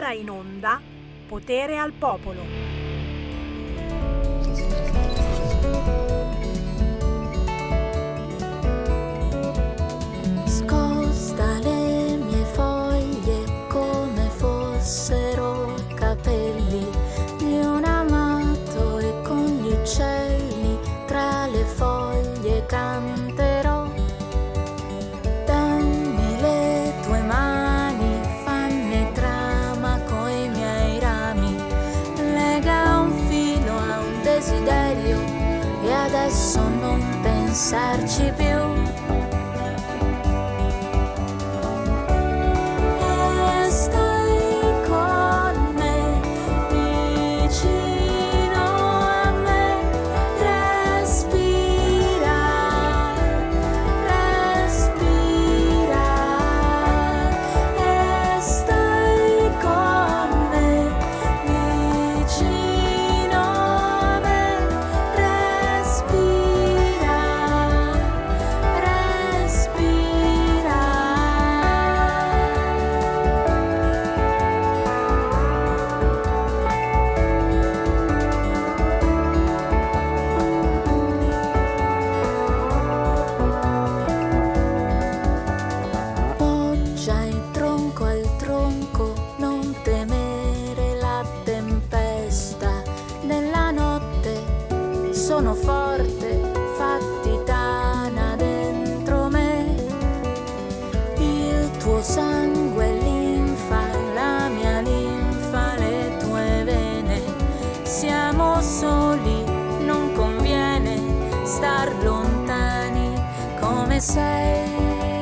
ora in onda Potere al Popolo. Scosta le mie foglie come fossero capelli di un amato e con gli uccelli tra le foglie canterò. Dammi le tue mani, fanne trama coi miei rami, lega un filo a un desiderio e adesso non pensarci più. Sono forte, fatti tana dentro me, il tuo sangue è linfa, la mia linfa, le tue vene, siamo soli, non conviene star lontani come sei.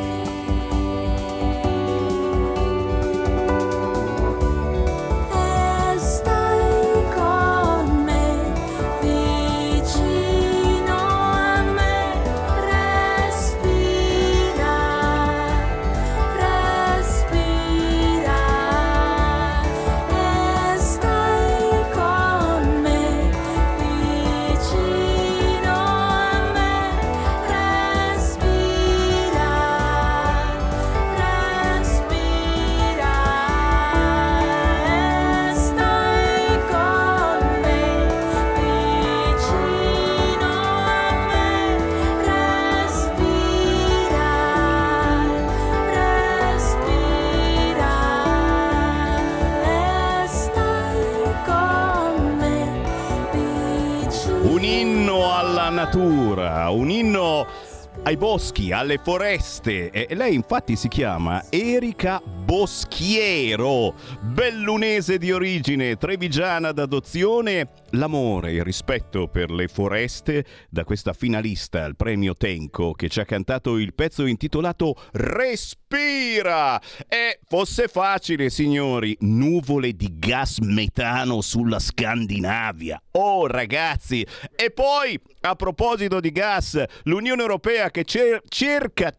Natura, un inno ai boschi, alle foreste. E lei infatti si chiama Erika Boschiero, bellunese di origine, trevigiana d'adozione. L'amore, il rispetto per le foreste da questa finalista al premio Tenco che ci ha cantato il pezzo intitolato Respira. E fosse facile, signori, nuvole di gas metano sulla Scandinavia. Oh ragazzi, e poi a proposito di gas, l'Unione Europea che cerca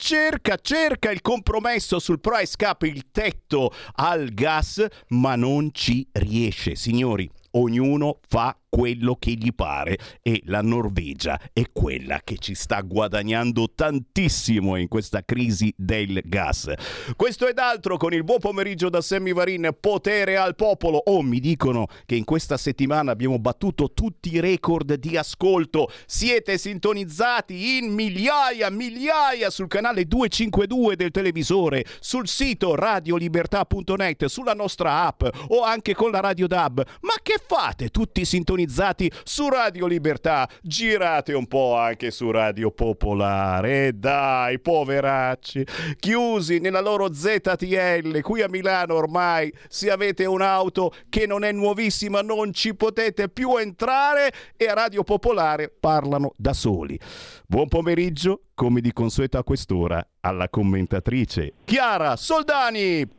il compromesso sul price cap, il tetto al gas, ma non ci riesce, signori. Ognuno fa quello che gli pare e la Norvegia è quella che ci sta guadagnando tantissimo in questa crisi del gas. Questo ed altro con il buon pomeriggio da Sammy Varin, Potere al Popolo. Oh, mi dicono che in questa settimana abbiamo battuto tutti i record di ascolto. Siete sintonizzati in migliaia sul canale 252 del televisore, sul sito radiolibertà.net, sulla nostra app o anche con la Radio DAB. Ma che fate tutti sintonizzati su Radio Libertà? Girate un po' anche su Radio Popolare. Dai, poveracci, chiusi nella loro ZTL. Qui a Milano ormai, se avete un'auto che non è nuovissima, non ci potete più entrare, e a Radio Popolare parlano da soli. Buon pomeriggio, come di consueto a quest'ora, alla commentatrice Chiara Soldani.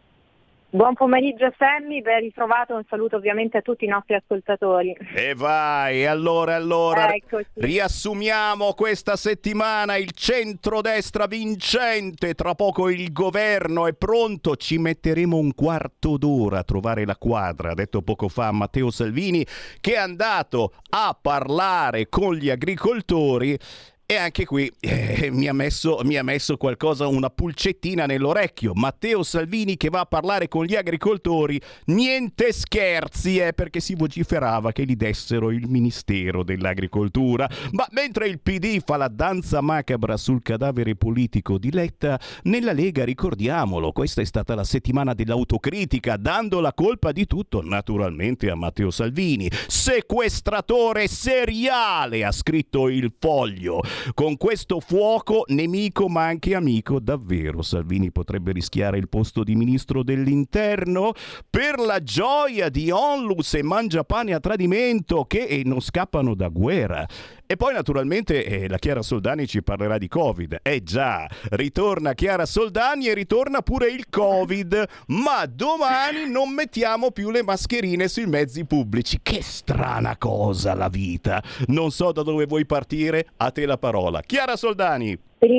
Buon pomeriggio Sammy, ben ritrovato, un saluto ovviamente a tutti i nostri ascoltatori. E vai, allora Eccoci. Riassumiamo questa settimana: il centrodestra vincente, tra poco il governo è pronto, ci metteremo un quarto d'ora a trovare la quadra, ha detto poco fa Matteo Salvini, che è andato a parlare con gli agricoltori. E anche qui mi ha messo qualcosa, una pulcettina nell'orecchio. Matteo Salvini che va a parlare con gli agricoltori, niente scherzi, perché si vociferava che gli dessero il Ministero dell'Agricoltura. Ma mentre il PD fa la danza macabra sul cadavere politico di Letta, nella Lega, ricordiamolo, questa è stata la settimana dell'autocritica, dando la colpa di tutto naturalmente a Matteo Salvini. Sequestratore seriale, ha scritto il Foglio. Con questo fuoco, nemico ma anche amico, davvero Salvini potrebbe rischiare il posto di ministro dell'interno per la gioia di Onlus e Mangiapane a tradimento che non scappano da guerra. E poi naturalmente la Chiara Soldani ci parlerà di Covid. Già, ritorna Chiara Soldani e ritorna pure il Covid, ma domani non mettiamo più le mascherine sui mezzi pubblici. Che strana cosa la vita. Non so da dove vuoi partire, a te la parola. Chiara Soldani.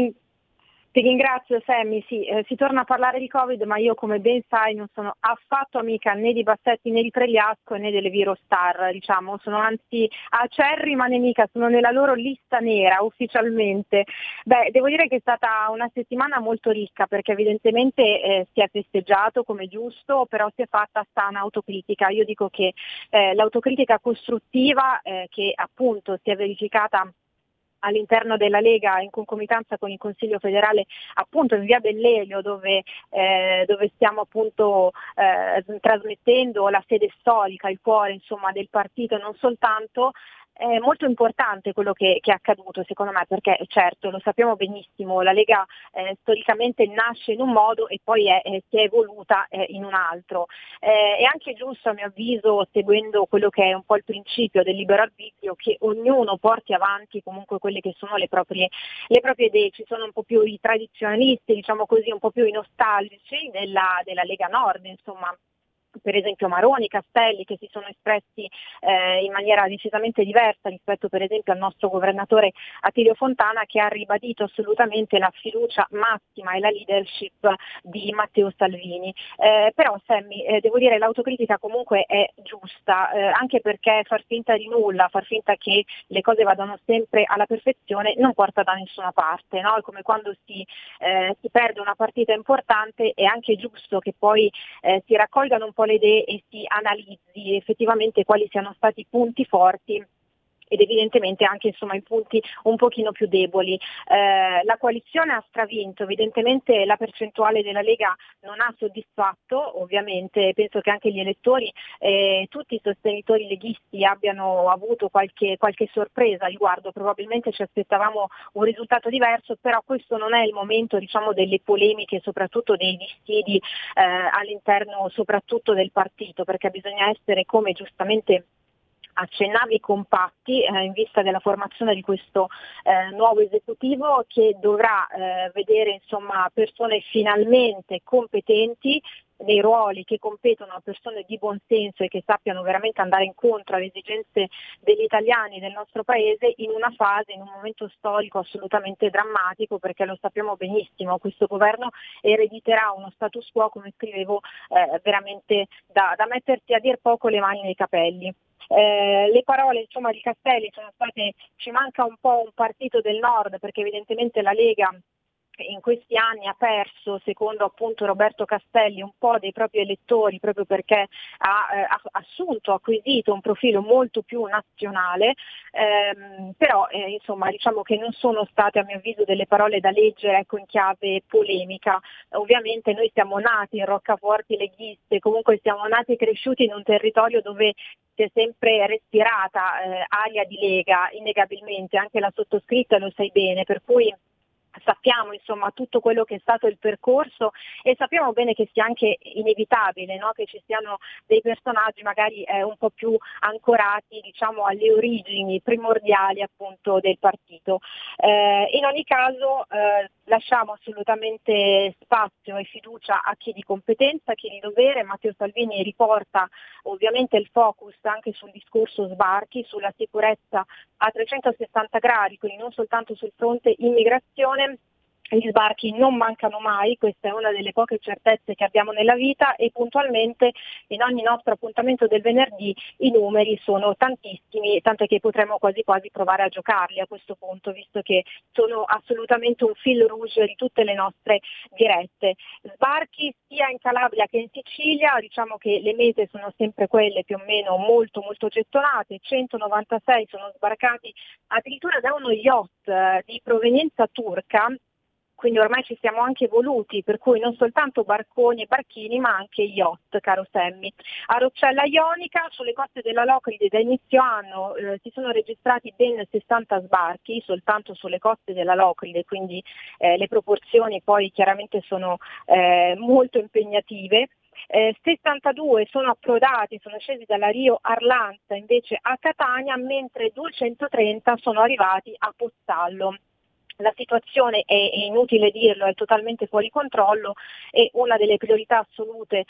Ti ringrazio Sammy, sì, si torna a parlare di Covid, ma io come ben sai non sono affatto amica né di Bassetti né di Pregliasco né delle Virostar, diciamo, sono anzi acerrima nemica, sono nella loro lista nera ufficialmente. Beh, devo dire che è stata una settimana molto ricca perché evidentemente si è festeggiato come giusto, però si è fatta sana autocritica. Io dico che l'autocritica costruttiva che appunto si è verificata all'interno della Lega in concomitanza con il Consiglio federale appunto in via Bellelio dove stiamo appunto trasmettendo la sede storica, il cuore insomma del partito, non soltanto. È molto importante quello che è accaduto secondo me perché certo lo sappiamo benissimo, la Lega storicamente nasce in un modo e poi si è evoluta in un altro. È anche giusto a mio avviso, seguendo quello che è un po' il principio del libero arbitrio, che ognuno porti avanti comunque quelle che sono le proprie idee. Ci sono un po' più i tradizionalisti, diciamo così, un po' più i nostalgici della Lega Nord, insomma. Per esempio Maroni, Castelli che si sono espressi in maniera decisamente diversa rispetto per esempio al nostro governatore Attilio Fontana che ha ribadito assolutamente la fiducia massima e la leadership di Matteo Salvini. Però Sammy, devo dire l'autocritica comunque è giusta, anche perché far finta di nulla, far finta che le cose vadano sempre alla perfezione non porta da nessuna parte, no? È come quando si perde una partita importante, è anche giusto che poi si raccolgano un po' le idee e si analizzi effettivamente quali siano stati i punti forti ed evidentemente anche insomma i punti un pochino più deboli. La coalizione ha stravinto, evidentemente la percentuale della Lega non ha soddisfatto, ovviamente penso che anche gli elettori, tutti i sostenitori leghisti abbiano avuto qualche sorpresa a riguardo, probabilmente ci aspettavamo un risultato diverso, però questo non è il momento diciamo delle polemiche, soprattutto dei dissidi all'interno soprattutto del partito, perché bisogna essere, come giustamente accennavi, compatti in vista della formazione di questo nuovo esecutivo che dovrà vedere insomma persone finalmente competenti nei ruoli che competono a persone di buon senso e che sappiano veramente andare incontro alle esigenze degli italiani del nostro paese in una fase, in un momento storico assolutamente drammatico, perché lo sappiamo benissimo, questo governo erediterà uno status quo, come scrivevo, veramente da mettersi a dir poco le mani nei capelli. Le parole insomma di Castelli sono state, ci manca un po' un partito del nord perché evidentemente la Lega in questi anni ha perso, secondo appunto Roberto Castelli, un po' dei propri elettori proprio perché ha acquisito un profilo molto più nazionale, però insomma diciamo che non sono state a mio avviso delle parole da leggere ecco, in chiave polemica. Ovviamente noi siamo nati in roccaforti leghiste, comunque siamo nati e cresciuti in un territorio dove si è sempre respirata aria di Lega, innegabilmente, anche la sottoscritta lo sai bene, per cui sappiamo insomma tutto quello che è stato il percorso e sappiamo bene che sia anche inevitabile, no? Che ci siano dei personaggi magari un po' più ancorati diciamo alle origini primordiali appunto del partito. In ogni caso lasciamo assolutamente spazio e fiducia a chi di competenza, a chi di dovere. Matteo Salvini riporta ovviamente il focus anche sul discorso sbarchi, sulla sicurezza a 360 gradi, quindi non soltanto sul fronte immigrazione. Gli sbarchi non mancano mai, questa è una delle poche certezze che abbiamo nella vita, e puntualmente in ogni nostro appuntamento del venerdì i numeri sono tantissimi, tant'è che potremmo quasi quasi provare a giocarli a questo punto, visto che sono assolutamente un fil rouge di tutte le nostre dirette. Sbarchi sia in Calabria che in Sicilia, diciamo che le mete sono sempre quelle più o meno molto molto gettonate, 196 sono sbarcati addirittura da uno yacht di provenienza turca. Quindi ormai ci siamo anche evoluti, per cui non soltanto barconi e barchini, ma anche yacht, caro Sammy. A Roccella Ionica, sulle coste della Locride, da inizio anno si sono registrati ben 60 sbarchi, soltanto sulle coste della Locride, quindi le proporzioni poi chiaramente sono molto impegnative. 62 sono approdati, sono scesi dalla Rio Arlanza invece a Catania, mentre 230 sono arrivati a Pozzallo. La situazione è inutile dirlo, è totalmente fuori controllo, e una delle priorità assolute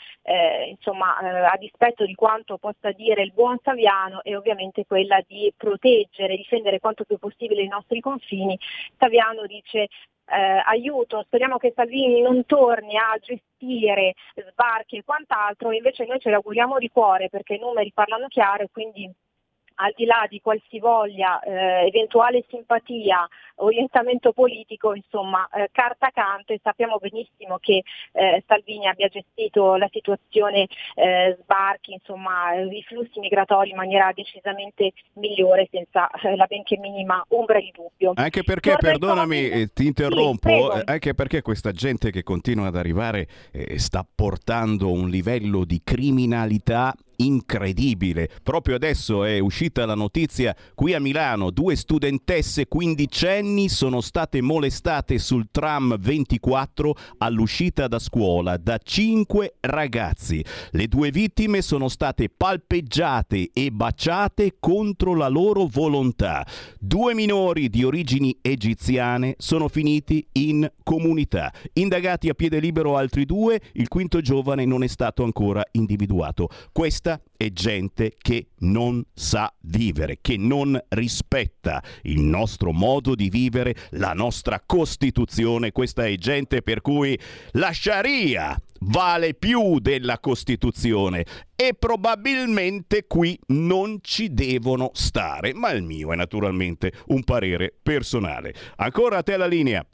a dispetto di quanto possa dire il buon Saviano è ovviamente quella di proteggere, difendere quanto più possibile i nostri confini. Saviano dice aiuto, speriamo che Salvini non torni a gestire sbarchi e quant'altro, invece noi ce l'auguriamo di cuore perché i numeri parlano chiaro, e quindi al di là di qualsivoglia eventuale simpatia, orientamento politico, insomma, carta canto, e sappiamo benissimo che Salvini abbia gestito la situazione sbarchi, insomma, i flussi migratori in maniera decisamente migliore, senza la benché minima ombra di dubbio. Anche perché, perdonami, ti interrompo, Sì, anche perché questa gente che continua ad arrivare sta portando un livello di criminalità incredibile. Proprio adesso è uscita la notizia qui a Milano: 2 studentesse quindicenni sono state molestate sul tram 24 all'uscita da scuola da 5 ragazzi. Le 2 vittime sono state palpeggiate e baciate contro la loro volontà. 2 minori di origini egiziane sono finiti in comunità. Indagati a piede libero altri 2, il quinto giovane non è stato ancora individuato. Questa è gente che non sa vivere, che non rispetta il nostro modo di vivere, la nostra Costituzione. Questa è gente per cui la Sharia vale più della Costituzione, e probabilmente qui non ci devono stare, ma il mio è naturalmente un parere personale. Ancora a te la linea.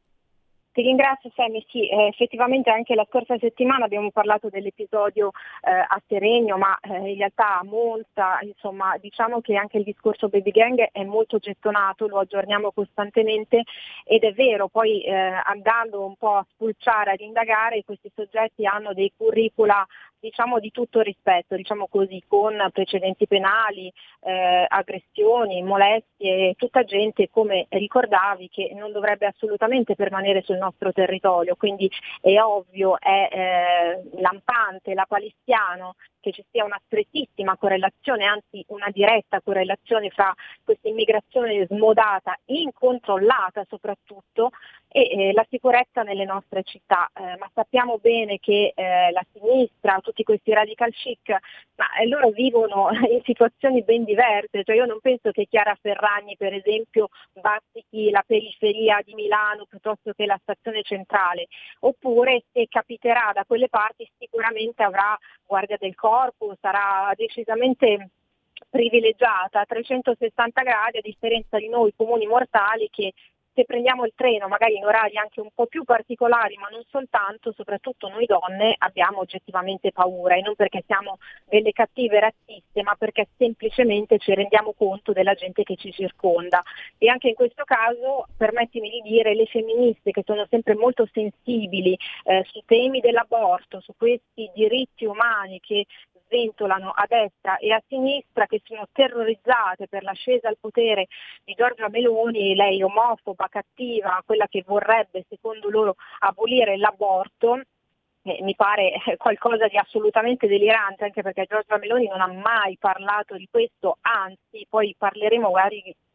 Ti ringrazio Sammy, sì, effettivamente anche la scorsa settimana abbiamo parlato dell'episodio a Seregno, ma in realtà a Monza, insomma, diciamo che anche il discorso baby gang è molto gettonato, lo aggiorniamo costantemente, ed è vero, poi andando un po' a spulciare, ad indagare, questi soggetti hanno dei curricula, diciamo, di tutto rispetto, diciamo così, con precedenti penali, aggressioni, molestie, tutta gente, come ricordavi, che non dovrebbe assolutamente permanere sul nostro territorio, quindi è ovvio, è lampante, lapalissiano che ci sia una strettissima correlazione, anzi una diretta correlazione fra questa immigrazione smodata, incontrollata soprattutto, e la sicurezza nelle nostre città. Ma sappiamo bene che la sinistra, tutti questi radical chic, loro vivono in situazioni ben diverse, cioè io non penso che Chiara Ferragni per esempio bazzichi la periferia di Milano piuttosto che la stazione centrale, oppure se capiterà da quelle parti sicuramente avrà guardia del corpo, sarà decisamente privilegiata a 360 gradi, a differenza di noi comuni mortali che se prendiamo il treno magari in orari anche un po' più particolari, ma non soltanto, soprattutto noi donne abbiamo oggettivamente paura, e non perché siamo delle cattive razziste, ma perché semplicemente ci rendiamo conto della gente che ci circonda. E anche in questo caso, permettimi di dire, le femministe, che sono sempre molto sensibili su temi dell'aborto, su questi diritti umani che sventolano a destra e a sinistra, che sono terrorizzate per l'ascesa al potere di Giorgia Meloni, lei omofoba, cattiva, quella che vorrebbe secondo loro abolire l'aborto. Mi pare qualcosa di assolutamente delirante, anche perché Giorgia Meloni non ha mai parlato di questo, anzi poi parleremo magari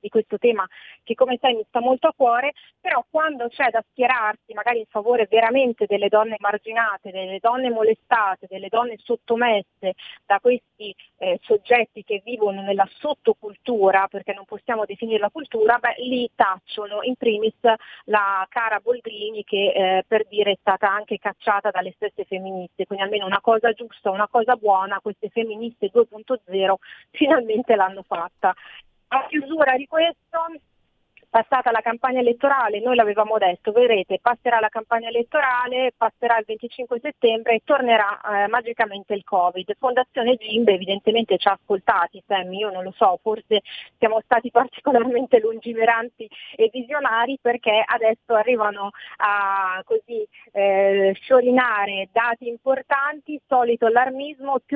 di questo tema che, come sai, mi sta molto a cuore, però quando c'è da schierarsi magari in favore veramente delle donne emarginate, delle donne molestate, delle donne sottomesse da questi soggetti che vivono nella sottocultura, perché non possiamo definirla cultura, lì tacciono in primis la cara Boldrini che per dire è stata anche cacciata dalle stesse femministe, quindi almeno una cosa giusta, una cosa buona, queste femministe 2.0 finalmente l'hanno fatta. A chiusura di questo, passata la campagna elettorale, noi l'avevamo detto, vedrete, passerà la campagna elettorale, passerà il 25 settembre e tornerà magicamente il Covid. Fondazione Gimbe evidentemente ci ha ascoltati, Sammy, io non lo so, forse siamo stati particolarmente lungimiranti e visionari, perché adesso arrivano a così sciorinare dati importanti, solito allarmismo, più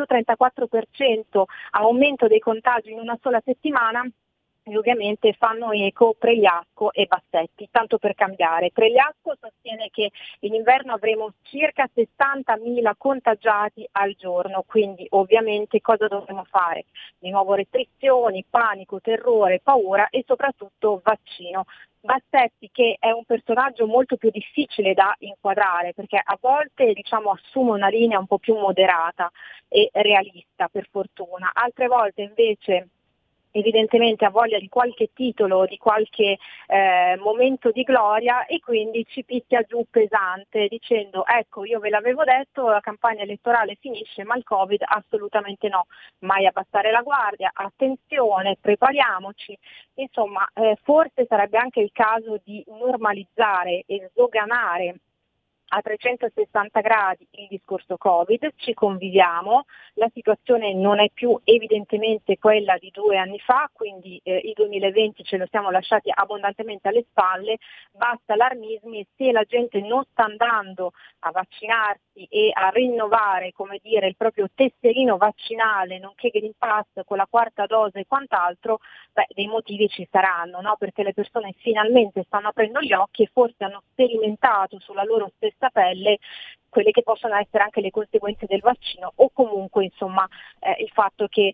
34% aumento dei contagi in una sola settimana. E ovviamente fanno eco Pregliasco e Bassetti, tanto per cambiare. Pregliasco sostiene che in inverno avremo circa 60.000 contagiati al giorno, quindi ovviamente cosa dovremo fare? Di nuovo restrizioni, panico, terrore, paura e soprattutto vaccino. Bassetti, che è un personaggio molto più difficile da inquadrare, perché a volte assume una linea un po' più moderata e realista, per fortuna, altre volte invece evidentemente ha voglia di qualche titolo, di qualche momento di gloria, e quindi ci picchia giù pesante dicendo: ecco, io ve l'avevo detto, la campagna elettorale finisce, ma il Covid assolutamente no, mai abbassare la guardia, attenzione, prepariamoci. Insomma, forse sarebbe anche il caso di normalizzare e sdoganare a 360 gradi il discorso Covid, ci conviviamo, la situazione non è più evidentemente quella di 2 anni fa, quindi il 2020 ce lo siamo lasciati abbondantemente alle spalle, basta allarmismi, e se la gente non sta andando a vaccinarsi e a rinnovare, come dire, il proprio tesserino vaccinale, nonché Green Pass con la 4ª dose e quant'altro, dei motivi ci saranno, no? Perché le persone finalmente stanno aprendo gli occhi e forse hanno sperimentato sulla loro stessa pelle quelle che possono essere anche le conseguenze del vaccino, o comunque insomma il fatto che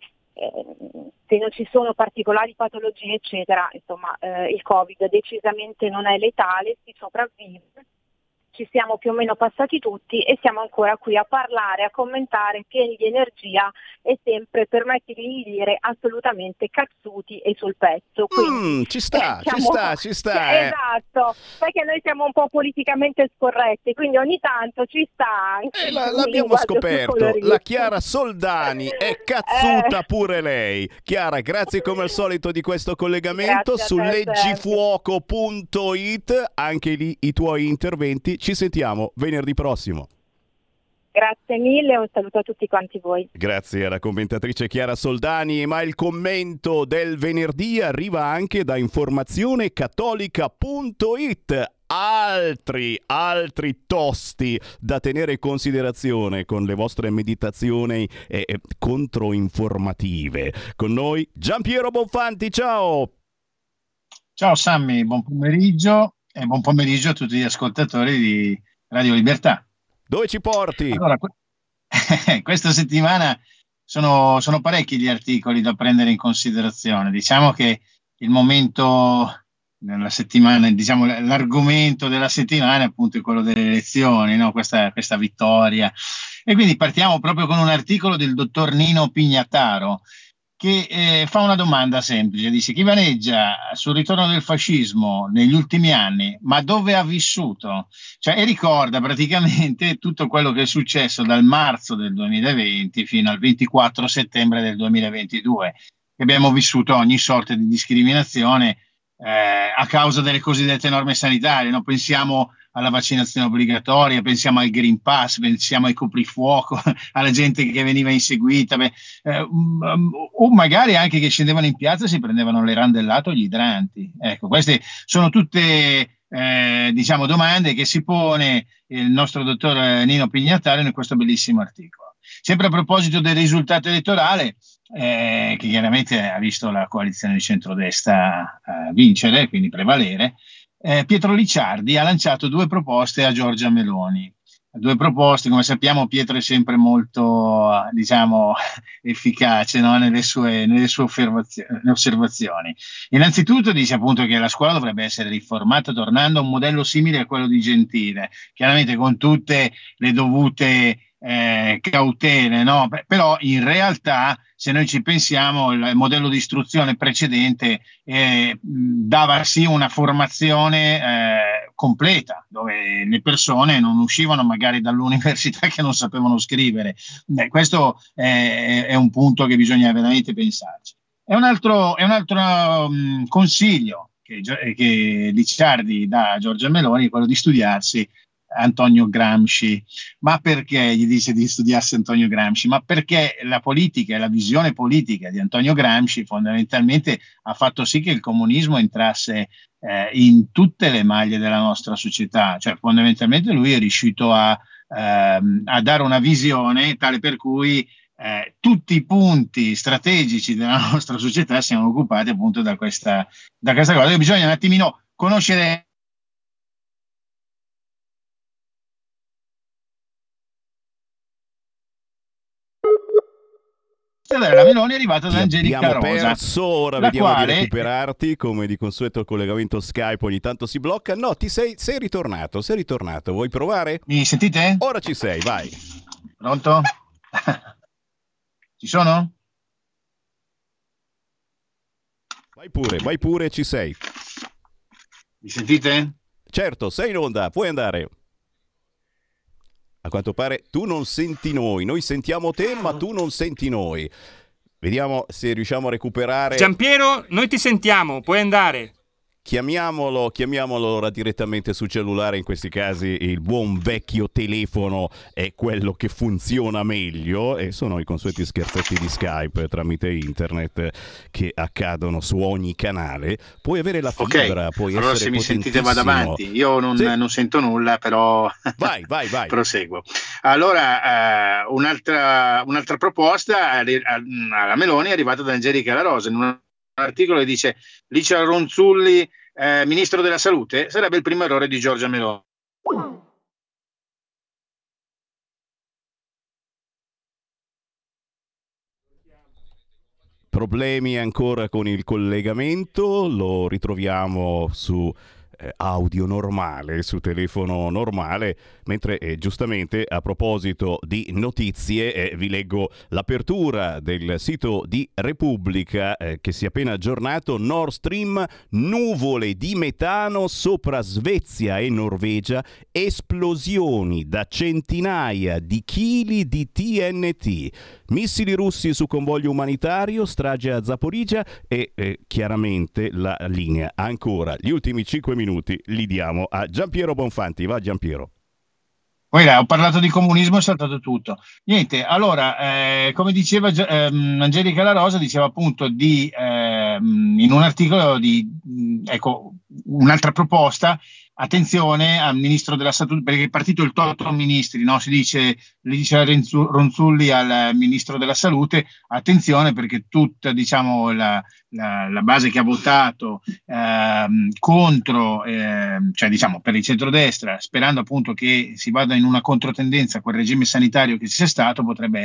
se non ci sono particolari patologie eccetera, insomma il Covid decisamente non è letale, si sopravvive. Ci siamo più o meno passati tutti e siamo ancora qui a parlare, a commentare, pieni di energia e sempre, permettimi di dire, assolutamente cazzuti e sul pezzo. Quindi, ci sta. Esatto, perché noi siamo un po' politicamente scorretti, quindi ogni tanto ci sta anche l'abbiamo scoperto, la Chiara Soldani è cazzuta pure lei. Chiara, grazie come al solito di questo collegamento. Su leggifuoco.it, anche lì i tuoi interventi. Ci sentiamo venerdì prossimo. Grazie mille, un saluto a tutti quanti voi. Grazie alla commentatrice Chiara Soldani, ma il commento del venerdì arriva anche da informazionecattolica.it. Altri tosti da tenere in considerazione con le vostre meditazioni controinformative. Con noi Giampiero Bonfanti, ciao! Ciao Sammy, buon pomeriggio e buon pomeriggio a tutti gli ascoltatori di Radio Libertà. Dove ci porti? Allora, questa settimana sono parecchi gli articoli da prendere in considerazione. Diciamo che il momento nella settimana, diciamo l'argomento della settimana appunto è quello delle elezioni, no? Questa vittoria. E quindi partiamo proprio con un articolo del dottor Nino Pignataro che fa una domanda semplice, dice: chi vaneggia sul ritorno del fascismo negli ultimi anni, ma dove ha vissuto? Cioè, e ricorda praticamente tutto quello che è successo dal marzo del 2020 fino al 24 settembre del 2022, che abbiamo vissuto ogni sorta di discriminazione a causa delle cosiddette norme sanitarie, no? Pensiamo alla vaccinazione obbligatoria, pensiamo al Green Pass, pensiamo al coprifuoco, alla gente che veniva inseguita, o magari anche che scendevano in piazza e si prendevano le randellate o gli idranti. Ecco, queste sono tutte domande che si pone il nostro dottor Nino Pignataro in questo bellissimo articolo. Sempre a proposito del risultato elettorale, che chiaramente ha visto la coalizione di centrodestra vincere, quindi prevalere, Pietro Licciardi ha lanciato 2 proposte a Giorgia Meloni. due proposte. Come sappiamo, Pietro è sempre molto, diciamo, efficace, no? nelle sue osservazioni. Innanzitutto dice appunto che la scuola dovrebbe essere riformata tornando a un modello simile a quello di Gentile, chiaramente con tutte le dovute cautele, no? Però in realtà, se noi ci pensiamo, il modello di istruzione precedente dava sì una formazione completa, dove le persone non uscivano magari dall'università che non sapevano scrivere. Questo è un punto che bisogna veramente pensarci. È un altro consiglio che Licciardi dà a Giorgia Meloni, è quello di studiarsi Antonio Gramsci. Ma perché gli dice di studiarsi Antonio Gramsci? Ma perché la politica e la visione politica di Antonio Gramsci fondamentalmente ha fatto sì che il comunismo entrasse in tutte le maglie della nostra società. Cioè, fondamentalmente lui è riuscito a dare una visione tale per cui tutti i punti strategici della nostra società siano occupati appunto da questa cosa. Bisogna un attimino conoscere la Meloni è arrivata da Angelica Rosa. Perso, ora vediamo di recuperarti, come di consueto il collegamento Skype ogni tanto si blocca. No, sei ritornato, vuoi provare? Mi sentite? Ora ci sei, vai. Pronto? Ci sono? Vai pure, ci sei. Mi sentite? Certo, sei in onda, puoi andare. A quanto pare tu non senti noi sentiamo te, ma tu non senti noi. Vediamo se riusciamo a recuperare. Giampiero, noi ti sentiamo, puoi andare. Chiamiamolo ora direttamente sul cellulare. In questi casi il buon vecchio telefono è quello che funziona meglio, e sono i consueti scherzetti di Skype tramite internet che accadono su ogni canale. Puoi avere la fibra, puoi allora essere se mi sentite vado avanti. Io non sento nulla, però vai. Proseguo. Allora, un'altra proposta alla Meloni è arrivata da Angelica La Rosa in un articolo, dice: Licia Ronzulli, ministro della salute, sarebbe il primo errore di Giorgia Meloni. Problemi ancora con il collegamento, lo ritroviamo su audio normale, su telefono normale, mentre giustamente a proposito di notizie vi leggo l'apertura del sito di Repubblica che si è appena aggiornato. Nord Stream, nuvole di metano sopra Svezia e Norvegia, esplosioni da centinaia di chili di TNT, missili russi su convoglio umanitario, strage a Zaporizia e chiaramente la linea. Ancora gli ultimi 5 minuti li diamo a Giampiero Bonfanti. Va Giampiero. Guarda, ho parlato di comunismo e è saltato tutto. Niente, allora, come diceva Angelica La Rosa, diceva appunto in un articolo ecco, un'altra proposta. Attenzione al ministro della salute, perché è partito il toto ministri, no? Le dice Ronzulli al ministro della salute: attenzione, perché tutta, diciamo, la base che ha votato contro, cioè diciamo per il centrodestra, sperando appunto che si vada in una controtendenza a quel regime sanitario che ci sia stato, potrebbe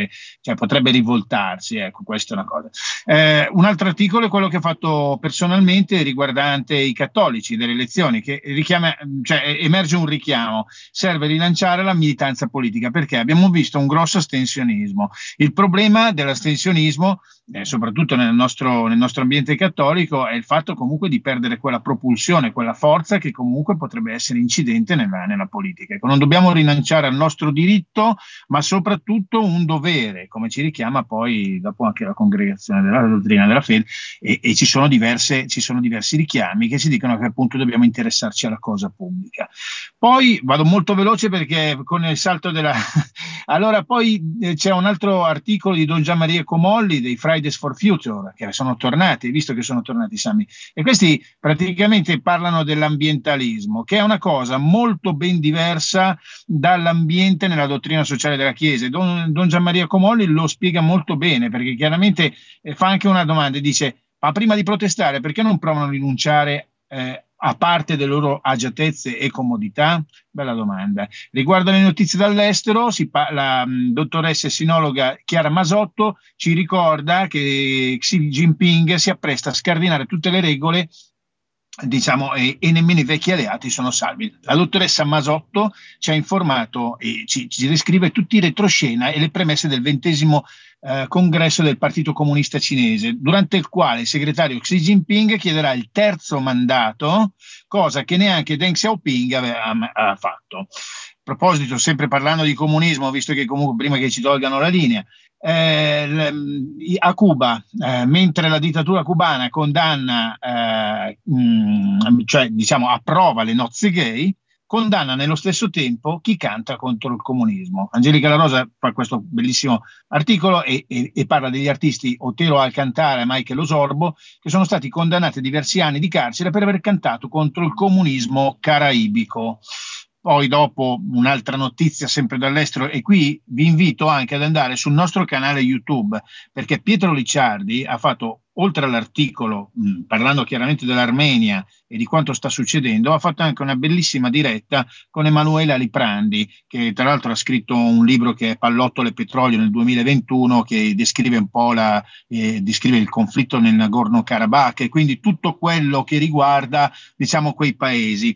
rivoltarsi. Ecco, questa è una cosa. Un altro articolo è quello che ho fatto personalmente riguardante i cattolici delle elezioni, che emerge un richiamo: serve rilanciare la militanza politica, perché abbiamo visto un grosso astensionismo. Il problema dell'astensionismo, soprattutto nel nostro ambiente cattolico, è il fatto comunque di perdere quella propulsione, quella forza che comunque potrebbe essere incidente nella politica. Ecco, non dobbiamo rinunciare al nostro diritto, ma soprattutto un dovere, come ci richiama poi dopo anche la Congregazione della Dottrina della Fede, e ci sono diversi richiami che ci dicono che appunto dobbiamo interessarci alla cosa pubblica. Poi vado molto veloce perché con il salto allora poi c'è un altro articolo di Don Gianmaria Comolli dei Fridays for Future, che sono tornati, visto che sono tornati, Sami, e questi praticamente parlano dell'ambientalismo, che è una cosa molto ben diversa dall'ambiente nella dottrina sociale della Chiesa. Don Gianmaria Comolli lo spiega molto bene, perché chiaramente fa anche una domanda e dice: ma prima di protestare perché non provano a rinunciare a parte delle loro agiatezze e comodità? Bella domanda. Riguardo alle notizie dall'estero, la dottoressa e sinologa Chiara Masotto ci ricorda che Xi Jinping si appresta a scardinare tutte le regole, diciamo, e nemmeno i vecchi alleati sono salvi. La dottoressa Masotto ci ha informato e ci descrive tutti i retroscena e le premesse del 20° congresso del Partito Comunista Cinese, durante il quale il segretario Xi Jinping chiederà il 3° mandato, cosa che neanche Deng Xiaoping aveva fatto. A proposito, sempre parlando di comunismo, visto che comunque prima che ci tolgano la linea, a Cuba, mentre la dittatura cubana condanna, cioè diciamo approva le nozze gay, condanna nello stesso tempo chi canta contro il comunismo. Angelica La Rosa fa questo bellissimo articolo e parla degli artisti Otero Alcantara e Michael Osorbo, che sono stati condannati a diversi anni di carcere per aver cantato contro il comunismo caraibico. Poi dopo un'altra notizia sempre dall'estero, e qui vi invito anche ad andare sul nostro canale YouTube, perché Pietro Licciardi ha fatto, oltre all'articolo parlando chiaramente dell'Armenia e di quanto sta succedendo, ha fatto anche una bellissima diretta con Emanuela Liprandi, che tra l'altro ha scritto un libro che è Pallottole e Petrolio nel 2021, che descrive un po' descrive il conflitto nel Nagorno-Karabakh e quindi tutto quello che riguarda, diciamo, quei paesi.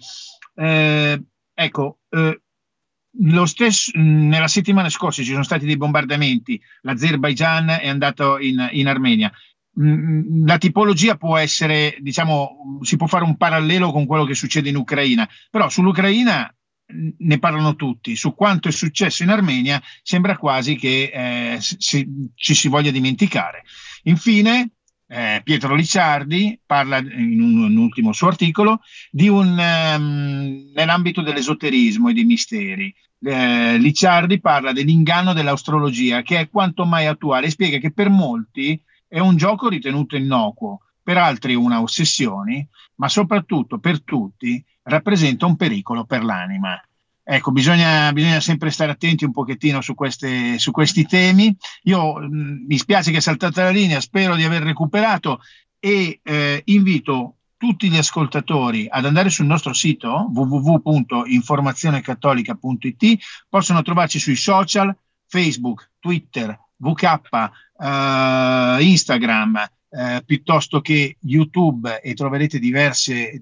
Lo stesso, nella settimana scorsa ci sono stati dei bombardamenti, l'Azerbaigian è andato in Armenia. La tipologia può essere, diciamo, si può fare un parallelo con quello che succede in Ucraina, però sull'Ucraina ne parlano tutti. Su quanto è successo in Armenia sembra quasi che ci si voglia dimenticare. Infine, Pietro Licciardi parla in un ultimo suo articolo di nell'ambito dell'esoterismo e dei misteri. Licciardi parla dell'inganno dell'astrologia, che è quanto mai attuale, e spiega che per molti è un gioco ritenuto innocuo, per altri una ossessione, ma soprattutto per tutti rappresenta un pericolo per l'anima. Ecco, bisogna sempre stare attenti un pochettino su questi temi. Io mi spiace che è saltata la linea, spero di aver recuperato e invito tutti gli ascoltatori ad andare sul nostro sito www.informazionecattolica.it. Possono trovarci sui social, Facebook, Twitter, VK, Instagram, piuttosto che YouTube, e troverete diversi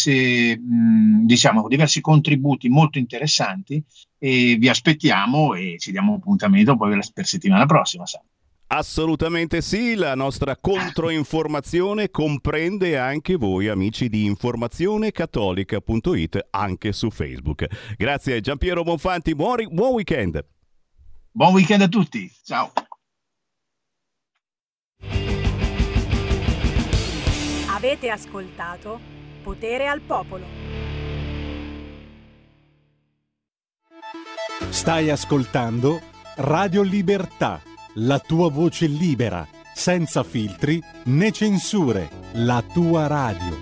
contributi molto interessanti, e vi aspettiamo e ci diamo appuntamento poi per settimana prossima. Assolutamente sì, la nostra controinformazione comprende anche voi, amici di informazionecattolica.it, anche su Facebook. Grazie Giampiero Bonfanti, buon weekend. Buon weekend a tutti, ciao. Avete ascoltato Potere al Popolo. Stai ascoltando Radio Libertà, la tua voce libera, senza filtri né censure, la tua radio.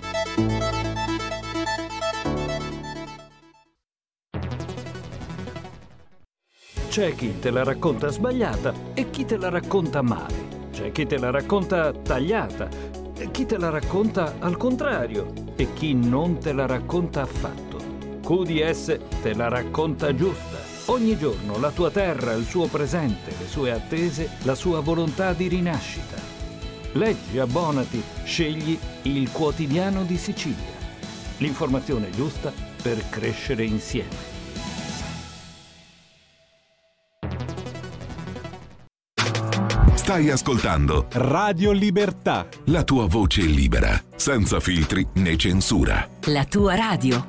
C'è chi te la racconta sbagliata e chi te la racconta male. C'è chi te la racconta tagliata, chi te la racconta al contrario e chi non te la racconta affatto. QDS te la racconta giusta. Ogni giorno la tua terra, il suo presente, le sue attese, la sua volontà di rinascita. Leggi, abbonati, scegli il Quotidiano di Sicilia. L'informazione giusta per crescere insieme. Stai ascoltando Radio Libertà, la tua voce libera, senza filtri né censura. La tua radio.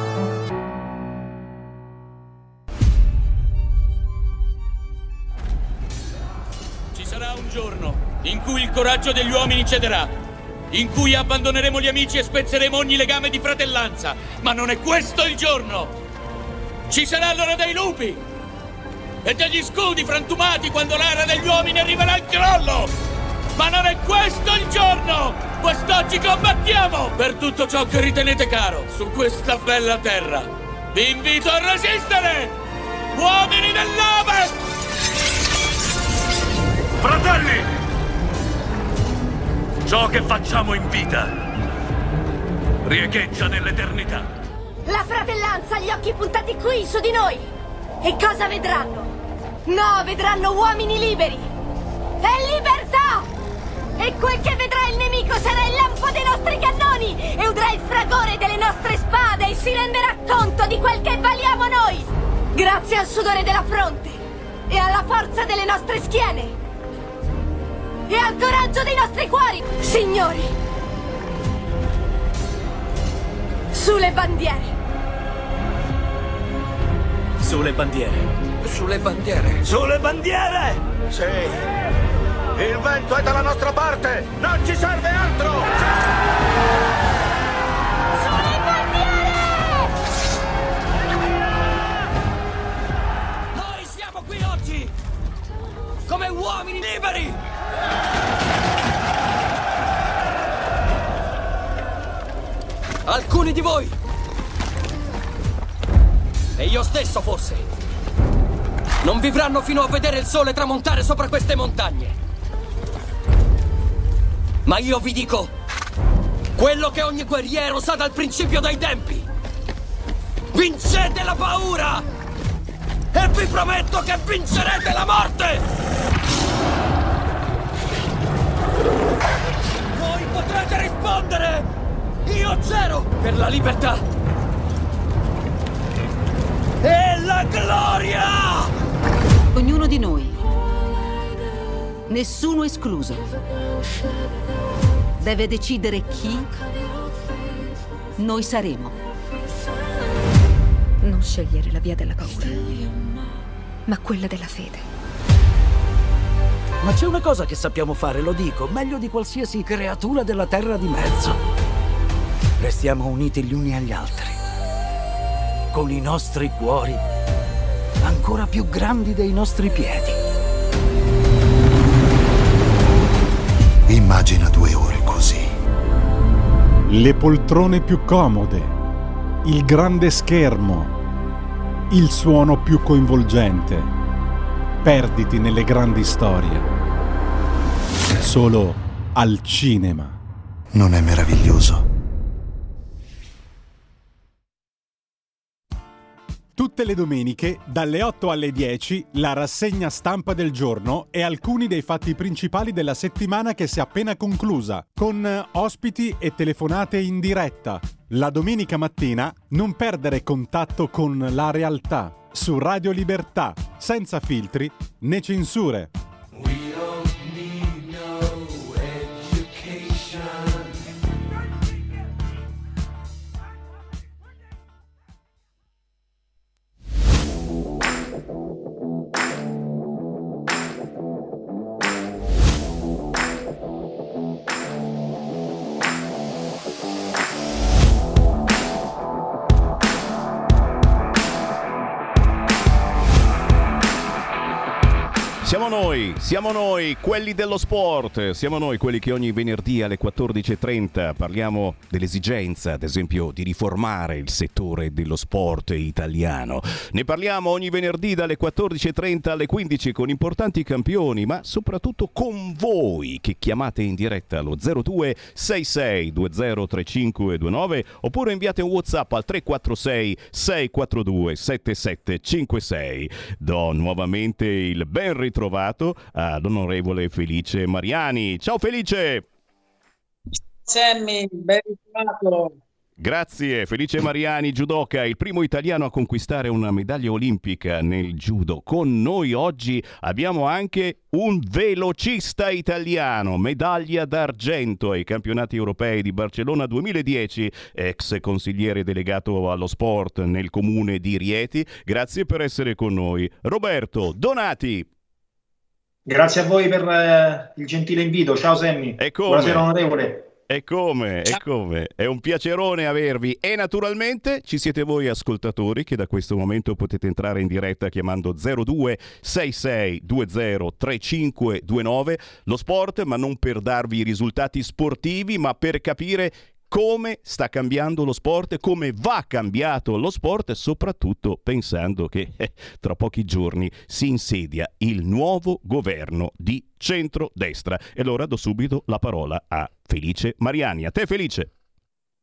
Ci sarà un giorno in cui il coraggio degli uomini cederà, in cui abbandoneremo gli amici e spezzeremo ogni legame di fratellanza, ma non è questo il giorno. Ci sarà l'ora dei lupi e degli scudi frantumati quando l'era degli uomini arriverà al crollo. Ma non è questo il giorno! Quest'oggi combattiamo per tutto ciò che ritenete caro su questa bella terra. Vi invito a resistere! Uomini dell'Ovest! Fratelli! Ciò che facciamo in vita riecheggia nell'eternità. La fratellanza ha gli occhi puntati qui, su di noi. E cosa vedranno? No, vedranno uomini liberi. E libertà! E quel che vedrà il nemico sarà il lampo dei nostri cannoni e udrà il fragore delle nostre spade e si renderà conto di quel che valiamo noi. Grazie al sudore della fronte e alla forza delle nostre schiene e al coraggio dei nostri cuori, signori. Sulle bandiere. Sulle bandiere. Sulle bandiere. Sulle bandiere! Sì! Il vento è dalla nostra parte! Non ci serve altro! Sulle bandiere! Noi siamo qui oggi come uomini liberi! Alcuni di voi, e io stesso forse, non vivranno fino a vedere il sole tramontare sopra queste montagne. Ma io vi dico quello che ogni guerriero sa dal principio dei tempi. Vincete la paura! E vi prometto che vincerete la morte! Voi potrete rispondere! Io c'ero per la libertà! E la gloria! Ognuno di noi, nessuno escluso, deve decidere chi noi saremo. Non scegliere la via della paura, ma quella della fede. Ma c'è una cosa che sappiamo fare, lo dico, meglio di qualsiasi creatura della terra di mezzo. Restiamo uniti gli uni agli altri, con i nostri cuori ancora più grandi dei nostri piedi. Immagina 2 ore così. Le poltrone più comode, il grande schermo, il suono più coinvolgente. Perditi nelle grandi storie. Solo al cinema. Non è meraviglioso? Tutte le domeniche, dalle 8 alle 10, la rassegna stampa del giorno e alcuni dei fatti principali della settimana che si è appena conclusa, con ospiti e telefonate in diretta. La domenica mattina non perdere contatto con la realtà, su Radio Libertà, senza filtri né censure. Siamo noi, quelli dello sport, siamo noi quelli che ogni venerdì alle 14.30 parliamo dell'esigenza, ad esempio, di riformare il settore dello sport italiano. Ne parliamo ogni venerdì dalle 14.30 alle 15 con importanti campioni, ma soprattutto con voi che chiamate in diretta allo 0266203529 oppure inviate un WhatsApp al 346 642 7756. Do nuovamente il ben ritrovato ad onorevole Felice Mariani. Ciao Felice! Sammy, ben ritrovato. Grazie. Felice Mariani, judoka, il primo italiano a conquistare una medaglia olimpica nel judo. Con noi oggi abbiamo anche un velocista italiano, medaglia d'argento ai campionati europei di Barcellona 2010, ex consigliere delegato allo sport nel comune di Rieti. Grazie per essere con noi. Roberto Donati. Grazie a voi per il gentile invito. Ciao Sammy. Buonasera onorevole. E come, è un piacerone avervi e naturalmente ci siete voi ascoltatori che da questo momento potete entrare in diretta chiamando 0266203529. Lo sport, ma non per darvi i risultati sportivi, ma per capire come sta cambiando lo sport, come va cambiato lo sport e soprattutto pensando che tra pochi giorni si insedia il nuovo governo di centrodestra. E allora do subito la parola a Felice Mariani. A te Felice.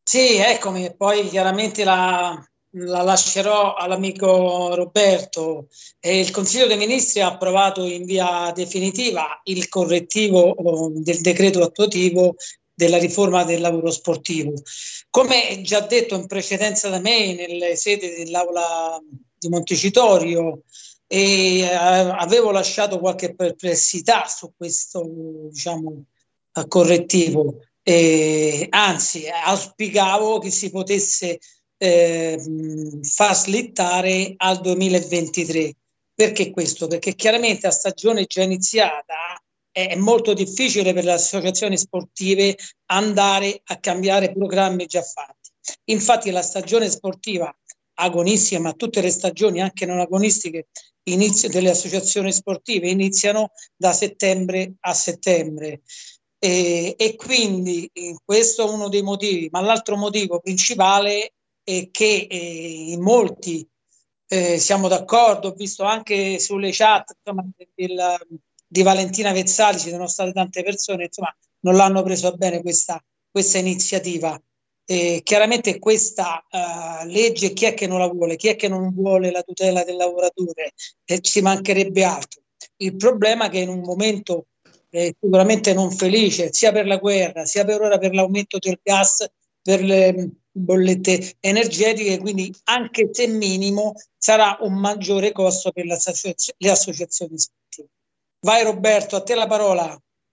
Sì, eccomi, poi chiaramente la lascerò all'amico Roberto. Il Consiglio dei Ministri ha approvato in via definitiva il correttivo del decreto attuativo della riforma del lavoro sportivo. Come già detto in precedenza da me nelle sedi dell'Aula di Montecitorio, avevo lasciato qualche perplessità su questo, diciamo, correttivo. Anzi, auspicavo che si potesse far slittare al 2023. Perché questo? Perché chiaramente a stagione già iniziata è molto difficile per le associazioni sportive andare a cambiare programmi già fatti. Infatti la stagione sportiva agonistica, ma tutte le stagioni anche non agonistiche delle associazioni sportive iniziano da settembre a settembre. E quindi questo è uno dei motivi, ma l'altro motivo principale è che in molti siamo d'accordo, ho visto anche sulle chat, insomma, di Valentina Vezzali ci sono state tante persone, insomma, non l'hanno preso bene questa iniziativa. Chiaramente questa legge, chi è che non la vuole? Chi è che non vuole la tutela del lavoratore? Ci mancherebbe altro. Il problema è che in un momento sicuramente non felice, sia per la guerra, sia per ora per l'aumento del gas, per le bollette energetiche, quindi anche se minimo sarà un maggiore costo per le associazioni sportive. Vai Roberto, a te la parola.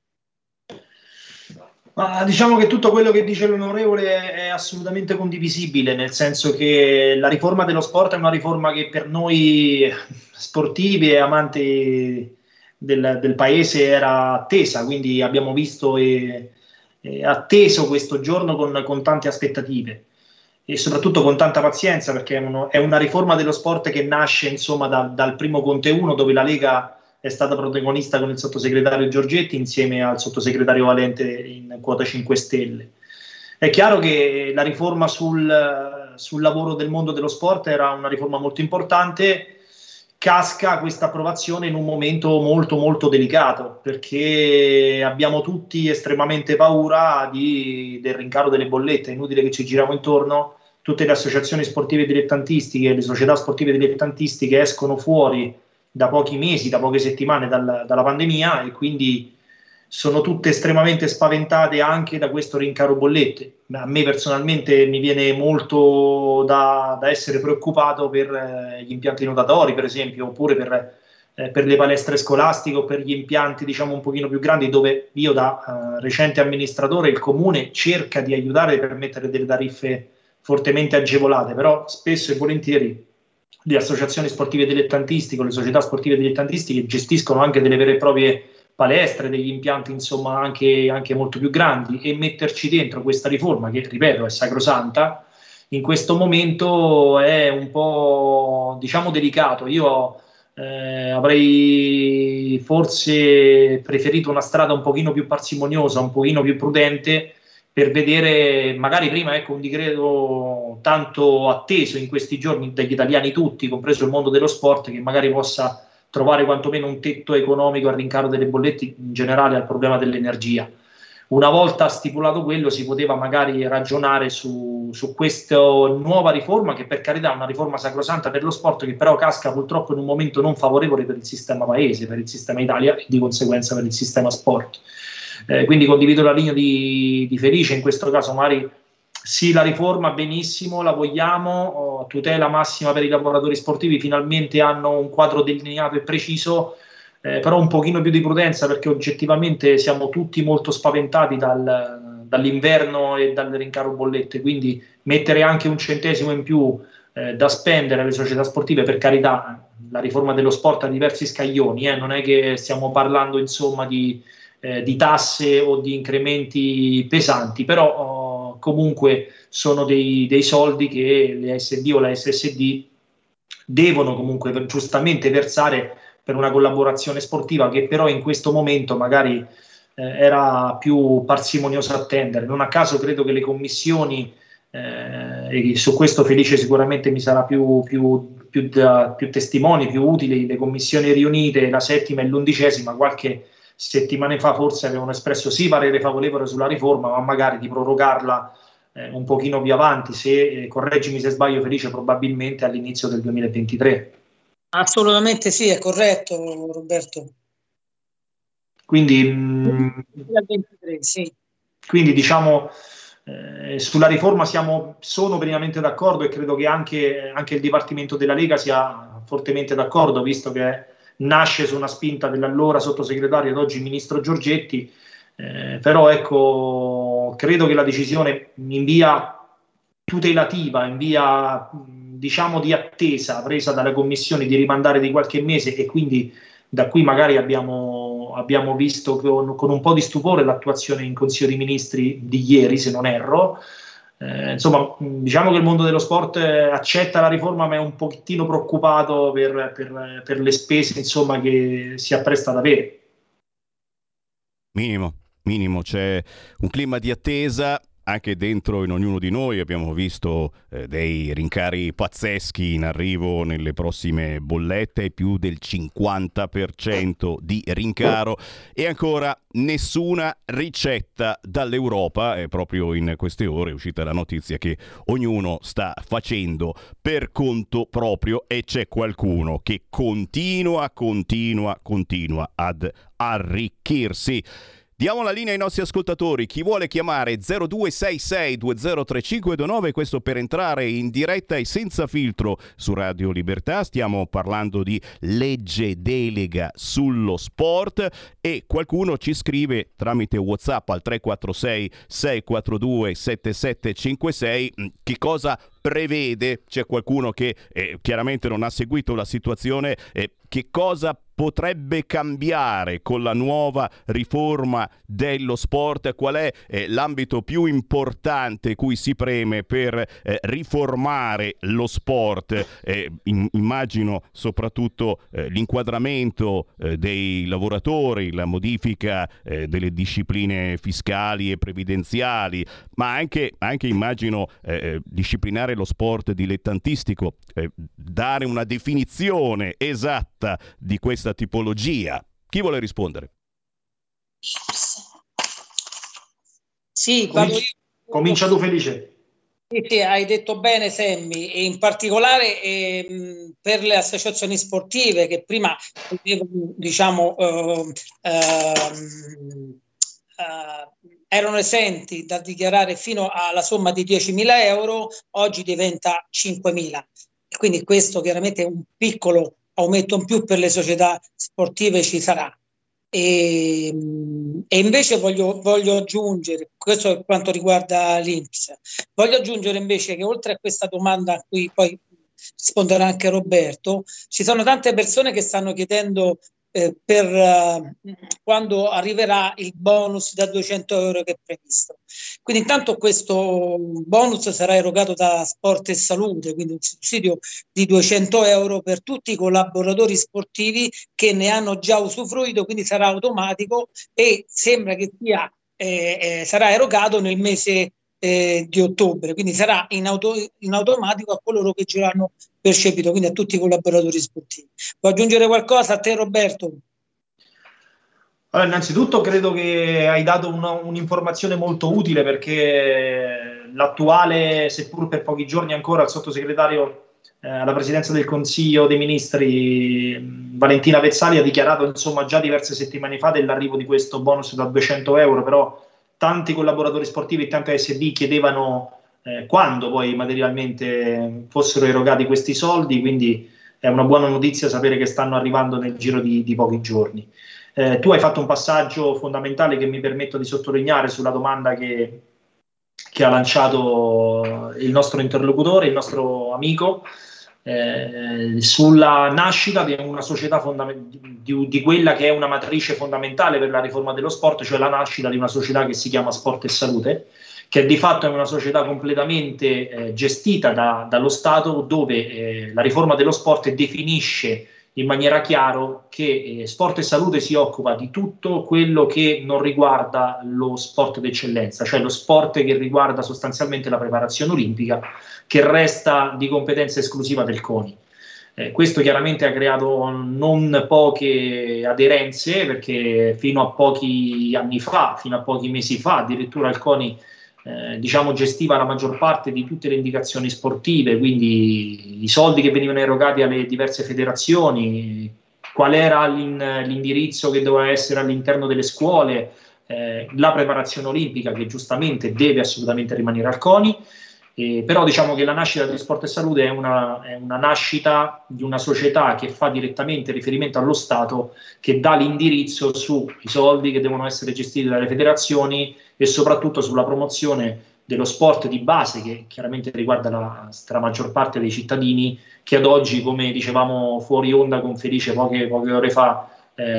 Ma diciamo che tutto quello che dice l'onorevole è assolutamente condivisibile, nel senso che la riforma dello sport è una riforma che per noi sportivi e amanti del paese era attesa, quindi abbiamo visto e atteso questo giorno con tante aspettative e soprattutto con tanta pazienza, perché è una riforma dello sport che nasce insomma dal primo Conte 1, dove la Lega è stata protagonista con il sottosegretario Giorgetti insieme al sottosegretario Valente in quota 5 Stelle. È chiaro che la riforma sul lavoro del mondo dello sport era una riforma molto importante. Casca questa approvazione in un momento molto molto delicato, perché abbiamo tutti estremamente paura del rincaro delle bollette. È inutile che ci giriamo intorno, tutte le associazioni sportive dilettantistiche, le società sportive dilettantistiche escono fuori da pochi mesi, da poche settimane dalla pandemia, e quindi sono tutte estremamente spaventate anche da questo rincaro bollette. A me personalmente mi viene molto da essere preoccupato per gli impianti nuotatori, per esempio, oppure per le palestre scolastiche o per gli impianti diciamo un pochino più grandi, dove io da recente amministratore il comune cerca di aiutare per mettere delle tariffe fortemente agevolate, però spesso e volentieri le associazioni sportive dilettantistiche o le società sportive dilettantistiche gestiscono anche delle vere e proprie palestre, degli impianti insomma anche molto più grandi, e metterci dentro questa riforma, che ripeto è sacrosanta, in questo momento è un po' diciamo delicato. Io avrei forse preferito una strada un pochino più parsimoniosa, un pochino più prudente, per vedere magari prima un decreto tanto atteso in questi giorni dagli italiani tutti, compreso il mondo dello sport, che magari possa trovare quantomeno un tetto economico al rincaro delle bollette, in generale al problema dell'energia. Una volta stipulato quello si poteva magari ragionare su questa nuova riforma, che per carità è una riforma sacrosanta per lo sport, che però casca purtroppo in un momento non favorevole per il sistema paese, per il sistema Italia e di conseguenza per il sistema sport. Quindi condivido la linea di Felice, in questo caso magari sì, la riforma benissimo, la vogliamo, tutela massima per i lavoratori sportivi, finalmente hanno un quadro delineato e preciso, però un pochino più di prudenza, perché oggettivamente siamo tutti molto spaventati dall'inverno e dal rincaro bollette, quindi mettere anche un centesimo in più da spendere alle società sportive, per carità, la riforma dello sport ha diversi scaglioni, non è che stiamo parlando insomma di tasse o di incrementi pesanti, però comunque sono dei soldi che le ASD o la SSD devono comunque giustamente versare per una collaborazione sportiva, che però in questo momento magari era più parsimoniosa attendere. Non a caso credo che le commissioni, e su questo Felice sicuramente mi sarà più testimoni, più utili, le commissioni riunite, la 7ª e l'11ª, qualche settimane fa forse avevano espresso sì parere favorevole sulla riforma, ma magari di prorogarla un pochino più avanti, se correggimi se sbaglio Felice, probabilmente all'inizio del 2023. Assolutamente sì, è corretto Roberto. Quindi, 2023, sì. Quindi diciamo sulla riforma sono pienamente d'accordo, e credo che anche il Dipartimento della Lega sia fortemente d'accordo, visto che nasce su una spinta dell'allora sottosegretario ed oggi ministro Giorgetti, però ecco, credo che la decisione in via tutelativa, in via diciamo di attesa presa dalle commissioni di rimandare di qualche mese, e quindi da qui magari abbiamo visto con un po' di stupore l'attuazione in Consiglio dei Ministri di ieri, se non erro. Insomma, diciamo che il mondo dello sport accetta la riforma, ma è un pochettino preoccupato per le spese, insomma, che si appresta ad avere. Minimo, c'è un clima di attesa. Anche dentro in ognuno di noi abbiamo visto dei rincari pazzeschi in arrivo nelle prossime bollette, più del 50% di rincaro, e ancora nessuna ricetta dall'Europa. Proprio in queste ore è uscita la notizia che ognuno sta facendo per conto proprio, e c'è qualcuno che continua ad arricchirsi. Diamo la linea ai nostri ascoltatori. Chi vuole chiamare 0266203529, questo per entrare in diretta e senza filtro su Radio Libertà. Stiamo parlando di legge delega sullo sport, e qualcuno ci scrive tramite WhatsApp al 346 642 7756 che cosa prevede. C'è qualcuno che chiaramente non ha seguito la situazione, che cosa potrebbe cambiare con la nuova riforma dello sport, qual è l'ambito più importante cui si preme per riformare lo sport. Immagino soprattutto l'inquadramento dei lavoratori, la modifica delle discipline fiscali e previdenziali, ma anche immagino disciplinare lo sport dilettantistico, dare una definizione esatta di questa tipologia. Chi vuole rispondere? Sì, comincia tu Felice. Sì, hai detto bene Sammy, e in particolare per le associazioni sportive che prima erano esenti da dichiarare fino alla somma di 10.000 euro, oggi diventa 5.000. Quindi questo chiaramente è un piccolo aumento in più per le società sportive, ci sarà. E invece voglio aggiungere, questo per quanto riguarda l'INPS, voglio aggiungere invece che oltre a questa domanda a cui poi risponderà anche Roberto, ci sono tante persone che stanno chiedendo per quando arriverà il bonus da 200 euro che è previsto. Quindi intanto questo bonus sarà erogato da Sport e Salute, quindi un sussidio di 200 euro per tutti i collaboratori sportivi che ne hanno già usufruito, quindi sarà automatico, e sembra che sarà erogato nel mese di ottobre, quindi sarà in automatico a coloro che ce l'hanno percepito, quindi a tutti i collaboratori sportivi. Vuoi aggiungere qualcosa a te Roberto? Allora, innanzitutto credo che hai dato un'informazione molto utile, perché l'attuale, seppur per pochi giorni ancora, il sottosegretario alla presidenza del Consiglio dei Ministri Valentina Vezzali ha dichiarato insomma già diverse settimane fa dell'arrivo di questo bonus da 200 euro, però tanti collaboratori sportivi e tante ASB chiedevano quando poi materialmente fossero erogati questi soldi, quindi è una buona notizia sapere che stanno arrivando nel giro di pochi giorni. Tu hai fatto un passaggio fondamentale che mi permetto di sottolineare sulla domanda che ha lanciato il nostro interlocutore, il nostro amico, sulla nascita di una società di quella che è una matrice fondamentale per la riforma dello sport, cioè la nascita di una società che si chiama Sport e Salute, che di fatto è una società completamente gestita dallo Stato, dove la riforma dello sport definisce in maniera chiara che Sport e Salute si occupa di tutto quello che non riguarda lo sport d'eccellenza, cioè lo sport che riguarda sostanzialmente la preparazione olimpica, che resta di competenza esclusiva del CONI. Questo chiaramente ha creato non poche aderenze, perché fino a pochi anni fa, fino a pochi mesi fa, addirittura il CONI diciamo, gestiva la maggior parte di tutte le indicazioni sportive, quindi i soldi che venivano erogati alle diverse federazioni, qual era l'indirizzo che doveva essere all'interno delle scuole, la preparazione olimpica che giustamente deve assolutamente rimanere al CONI. Però diciamo che la nascita di Sport e Salute è una nascita di una società che fa direttamente riferimento allo Stato, che dà l'indirizzo sui soldi che devono essere gestiti dalle federazioni e soprattutto sulla promozione dello sport di base, che chiaramente riguarda la maggior parte dei cittadini, che ad oggi, come dicevamo fuori onda con Felice poche ore fa,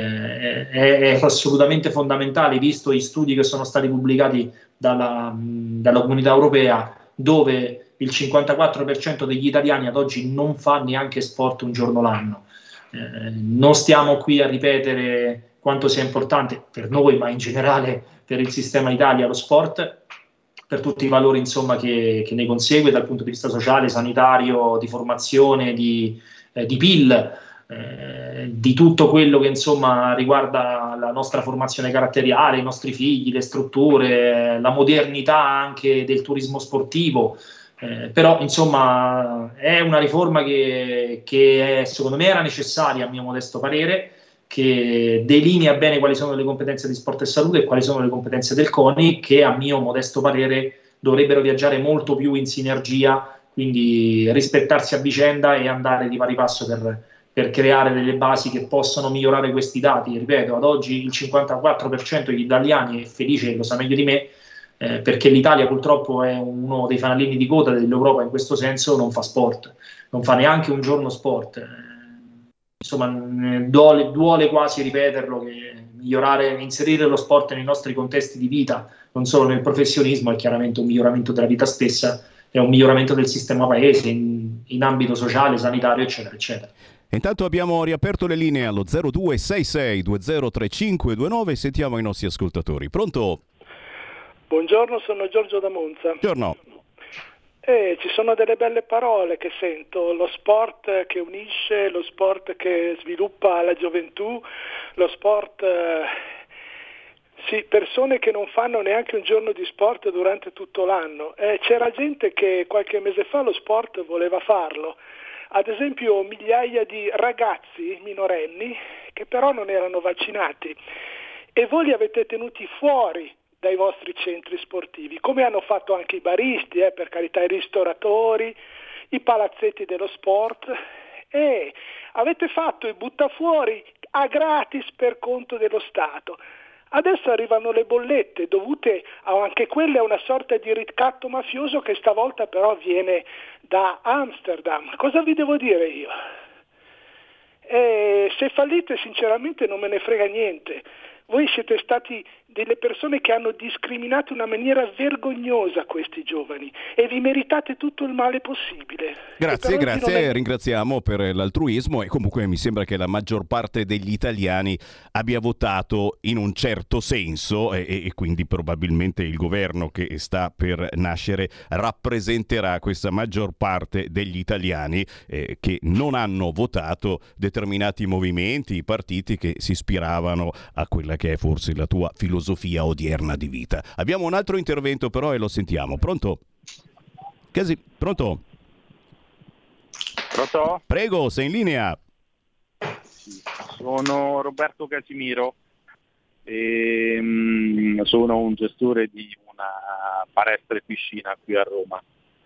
è assolutamente fondamentale, visto gli studi che sono stati pubblicati dalla Comunità Europea, dove il 54% degli italiani ad oggi non fa neanche sport un giorno l'anno. Non stiamo qui a ripetere quanto sia importante per noi, ma in generale per il sistema Italia, lo sport, per tutti i valori insomma che ne consegue dal punto di vista sociale, sanitario, di formazione, di PIL, di tutto quello che insomma riguarda la nostra formazione caratteriale, i nostri figli, le strutture, la modernità anche del turismo sportivo. Però insomma è una riforma che secondo me era necessaria, a mio modesto parere, che delinea bene quali sono le competenze di Sport e Salute e quali sono le competenze del CONI, che a mio modesto parere dovrebbero viaggiare molto più in sinergia, quindi rispettarsi a vicenda e andare di pari passo per creare delle basi che possano migliorare questi dati. Ripeto, ad oggi il 54% degli italiani, è felice, lo sa meglio di me, perché l'Italia purtroppo è uno dei fanalini di coda dell'Europa in questo senso, non fa sport, non fa neanche un giorno sport. Insomma, duole quasi ripeterlo, che inserire lo sport nei nostri contesti di vita, non solo nel professionismo, è chiaramente un miglioramento della vita stessa, è un miglioramento del sistema paese in ambito sociale, sanitario, eccetera, eccetera. Intanto abbiamo riaperto le linee allo 0266203529 e sentiamo i nostri ascoltatori. Pronto? Buongiorno, sono Giorgio da Monza. Buongiorno. Ci sono delle belle parole che sento: lo sport che unisce, lo sport che sviluppa la gioventù, lo sport... Sì, persone che non fanno neanche un giorno di sport durante tutto l'anno. C'era gente che qualche mese fa lo sport voleva farlo. Ad esempio migliaia di ragazzi minorenni che però non erano vaccinati, e voi li avete tenuti fuori dai vostri centri sportivi, come hanno fatto anche i baristi, per carità, i ristoratori, i palazzetti dello sport, e avete fatto i buttafuori a gratis per conto dello Stato. Adesso arrivano le bollette dovute anche quelle a una sorta di ricatto mafioso che stavolta però viene da Amsterdam. Cosa vi devo dire io? Se fallite sinceramente non me ne frega niente. Voi siete stati delle persone che hanno discriminato in una maniera vergognosa questi giovani e vi meritate tutto il male possibile. Grazie, ringraziamo per l'altruismo, e comunque mi sembra che la maggior parte degli italiani abbia votato in un certo senso e quindi probabilmente il governo che sta per nascere rappresenterà questa maggior parte degli italiani che non hanno votato determinati movimenti, partiti che si ispiravano a quella che è forse la tua filosofia odierna di vita. Abbiamo un altro intervento però e lo sentiamo. Pronto? Pronto? Pronto? Prego, sei in linea. Sono Roberto Casimiro e sono un gestore di una palestra e piscina qui a Roma,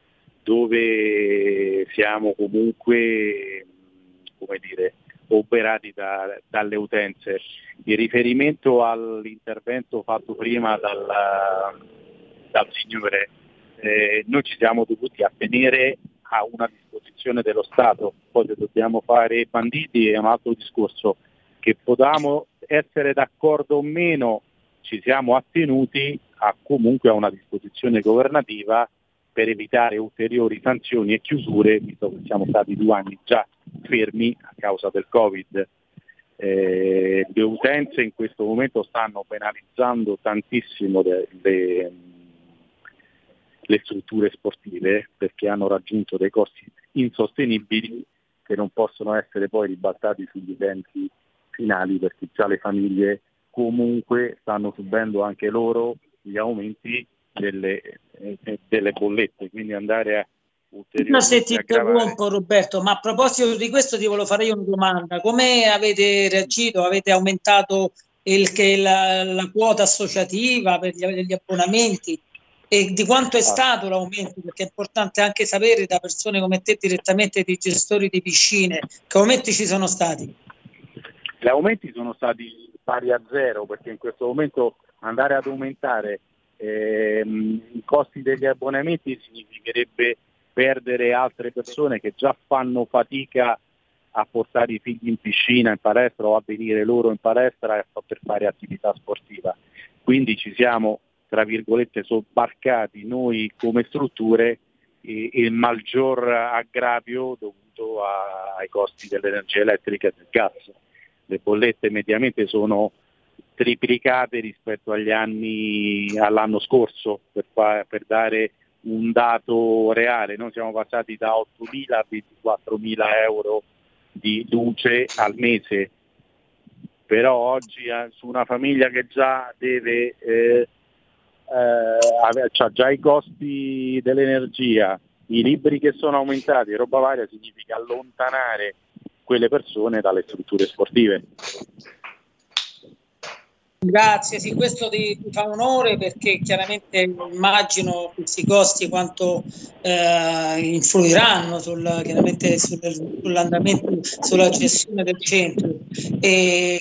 dove siamo comunque, come dire, oberati dalle utenze. In riferimento all'intervento fatto prima dal signore, noi ci siamo dovuti attenere a una disposizione dello Stato, poi se dobbiamo fare banditi è un altro discorso. Che potevamo essere d'accordo o meno, ci siamo attenuti comunque a una disposizione governativa per evitare ulteriori sanzioni e chiusure, visto che siamo stati 2 anni già fermi a causa del Covid. Le utenze in questo momento stanno penalizzando tantissimo le strutture sportive, perché hanno raggiunto dei costi insostenibili che non possono essere poi ribaltati sugli utenti finali, perché già le famiglie comunque stanno subendo anche loro gli aumenti delle bollette, quindi andare a ulteriormente se ti interrompo Roberto, ma a proposito di questo ti volevo fare io una domanda: come avete reagito? Avete aumentato la quota associativa per gli abbonamenti? E di quanto è stato l'aumento? Perché è importante anche sapere da persone come te, direttamente di gestori di piscine, che aumenti ci sono stati? Gli aumenti sono stati pari a zero, perché in questo momento andare ad aumentare i costi degli abbonamenti significherebbe perdere altre persone che già fanno fatica a portare i figli in piscina, in palestra, o a venire loro in palestra per fare attività sportiva. Quindi ci siamo, tra virgolette, sobbarcati noi come strutture il maggior aggravio dovuto ai costi dell'energia elettrica e del gas. Le bollette mediamente sono triplicate rispetto all'anno scorso, per dare un dato reale. Noi siamo passati da 8.000 a 24.000 euro di luce al mese, però oggi su una famiglia che già deve c'ha già i costi dell'energia, i libri che sono aumentati, roba varia, significa allontanare quelle persone dalle strutture sportive. Grazie, sì, questo ti fa onore, perché chiaramente immagino questi costi quanto influiranno chiaramente sull'andamento, sulla gestione del centro. E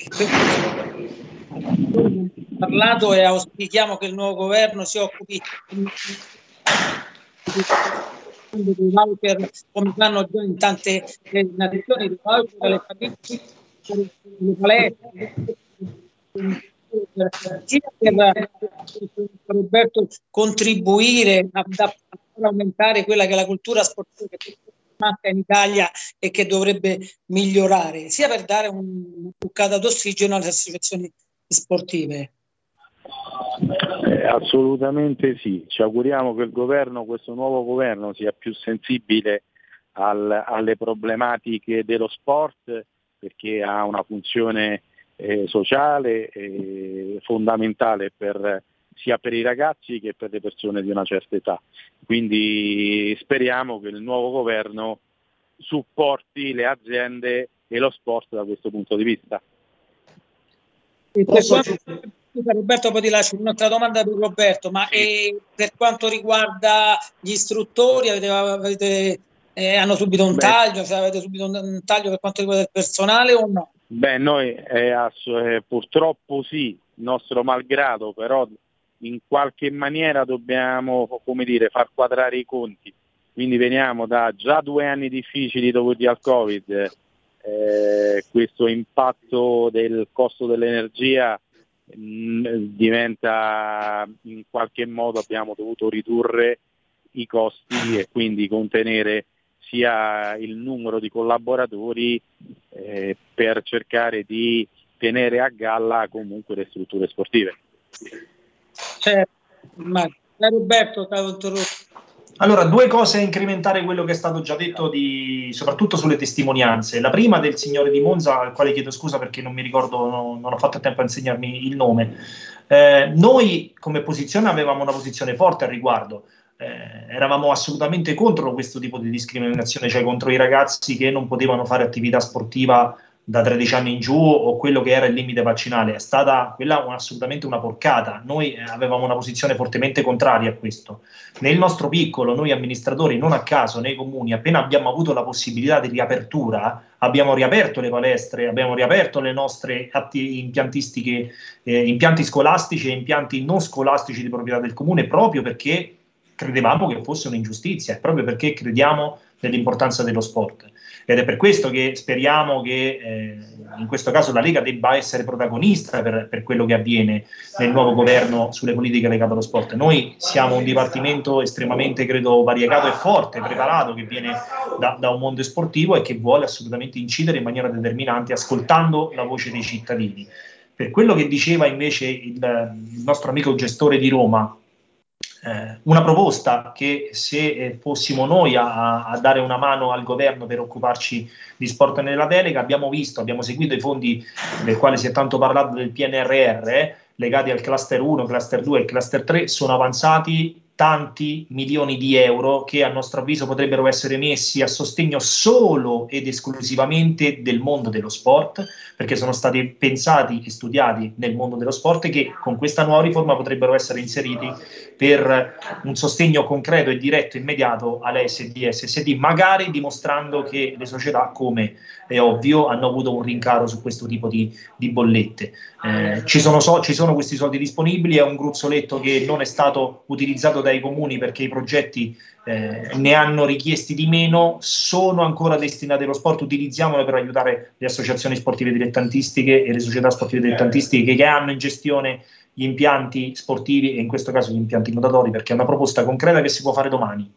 parlato e auspichiamo che il nuovo governo si occupi dei voucher, come fanno già in tante nazioni, dei voucher alle famiglie, le palestre, sia per Roberto contribuire a aumentare quella che è la cultura sportiva che manca in Italia e che dovrebbe migliorare, sia per dare una boccata d'ossigeno alle associazioni sportive. Assolutamente sì, ci auguriamo che questo nuovo governo sia più sensibile alle problematiche dello sport, perché ha una funzione sociale fondamentale sia per i ragazzi che per le persone di una certa età. Quindi speriamo che il nuovo governo supporti le aziende e lo sport da questo punto di vista. Roberto, poi ti lascio un'altra domanda per Roberto, ma per quanto riguarda gli istruttori hanno subito un taglio, cioè avete subito un taglio per quanto riguarda il personale o no? Beh, noi purtroppo sì, nostro malgrado, però in qualche maniera dobbiamo, far quadrare i conti. Quindi veniamo da già 2 anni difficili dovuti al Covid, questo impatto del costo dell'energia diventa, in qualche modo abbiamo dovuto ridurre i costi e quindi contenere sia il numero di collaboratori per cercare di tenere a galla comunque le strutture sportive. Roberto, allora, 2 cose a incrementare quello che è stato già detto, soprattutto sulle testimonianze. La prima del signore di Monza, al quale chiedo scusa perché non mi ricordo, non ho fatto tempo a insegnarmi il nome. Noi come posizione avevamo una posizione forte al riguardo. Eravamo assolutamente contro questo tipo di discriminazione, cioè contro i ragazzi che non potevano fare attività sportiva da 13 anni in giù o quello che era il limite vaccinale. È stata quella assolutamente una porcata. Noi avevamo una posizione fortemente contraria a questo. Nel nostro piccolo, noi amministratori, non a caso, nei comuni, appena abbiamo avuto la possibilità di riapertura, abbiamo riaperto le palestre, abbiamo riaperto le nostre impiantistiche, impianti scolastici e impianti non scolastici di proprietà del comune, proprio perché credevamo che fosse un'ingiustizia, proprio perché crediamo nell'importanza dello sport. Ed è per questo che speriamo che in questo caso la Lega debba essere protagonista per quello che avviene nel nuovo governo sulle politiche legate allo sport. Noi siamo un dipartimento estremamente, credo, variegato e forte, preparato, che viene da un mondo sportivo e che vuole assolutamente incidere in maniera determinante, ascoltando la voce dei cittadini. Per quello che diceva invece il nostro amico gestore di Roma, una proposta che se fossimo noi a dare una mano al governo per occuparci di sport nella delega, abbiamo seguito i fondi del quale si è tanto parlato del PNRR, legati al cluster 1, cluster 2 e cluster 3 sono avanzati tanti milioni di euro che a nostro avviso potrebbero essere messi a sostegno solo ed esclusivamente del mondo dello sport, perché sono stati pensati e studiati nel mondo dello sport e che con questa nuova riforma potrebbero essere inseriti per un sostegno concreto e diretto immediato alle SD e SSD, magari dimostrando che le società, come è ovvio, hanno avuto un rincaro su questo tipo di bollette. Ci sono questi soldi disponibili, è un gruzzoletto che non è stato utilizzato dai comuni perché i progetti ne hanno richiesti di meno, sono ancora destinati allo sport, utilizziamole per aiutare le associazioni sportive dilettantistiche e le società sportive dilettantistiche che hanno in gestione gli impianti sportivi e in questo caso gli impianti nuotatori, perché è una proposta concreta che si può fare domani.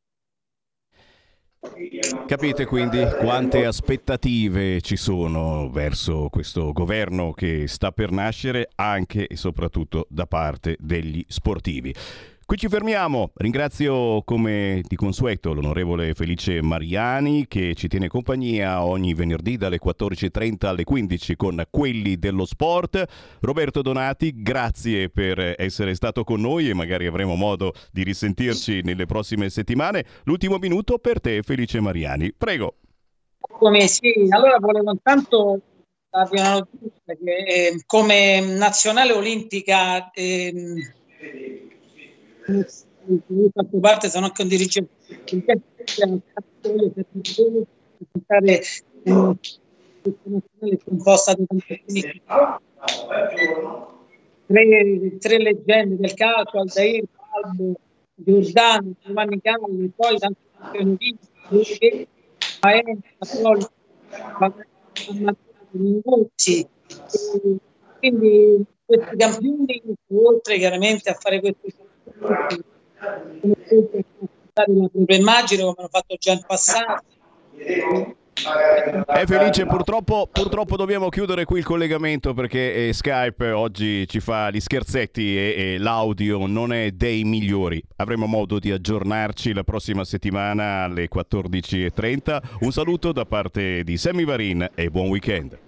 Capite quindi quante aspettative ci sono verso questo governo che sta per nascere, anche e soprattutto da parte degli sportivi. Qui ci fermiamo, ringrazio come di consueto l'onorevole Felice Mariani che ci tiene compagnia ogni venerdì dalle 14.30 alle 15 con Quelli dello Sport. Roberto Donati, grazie per essere stato con noi e magari avremo modo di risentirci nelle prossime settimane. L'ultimo minuto per te, Felice Mariani, prego. Come sì, allora volevo intanto darvi una notizia che come nazionale olimpica ho fatto parte, sono anche un dirigente composta da tre leggende del calcio, Aldair, Albo, Giordano, Giovanni Galli, poi tanti quindi questi campioni, oltre chiaramente a fare questi la propria immagine come hanno fatto già in passato. Felice, purtroppo dobbiamo chiudere qui il collegamento perché Skype oggi ci fa gli scherzetti e l'audio non è dei migliori. Avremo modo di aggiornarci la prossima settimana alle 14.30. Un saluto da parte di Sammy Varin e buon weekend.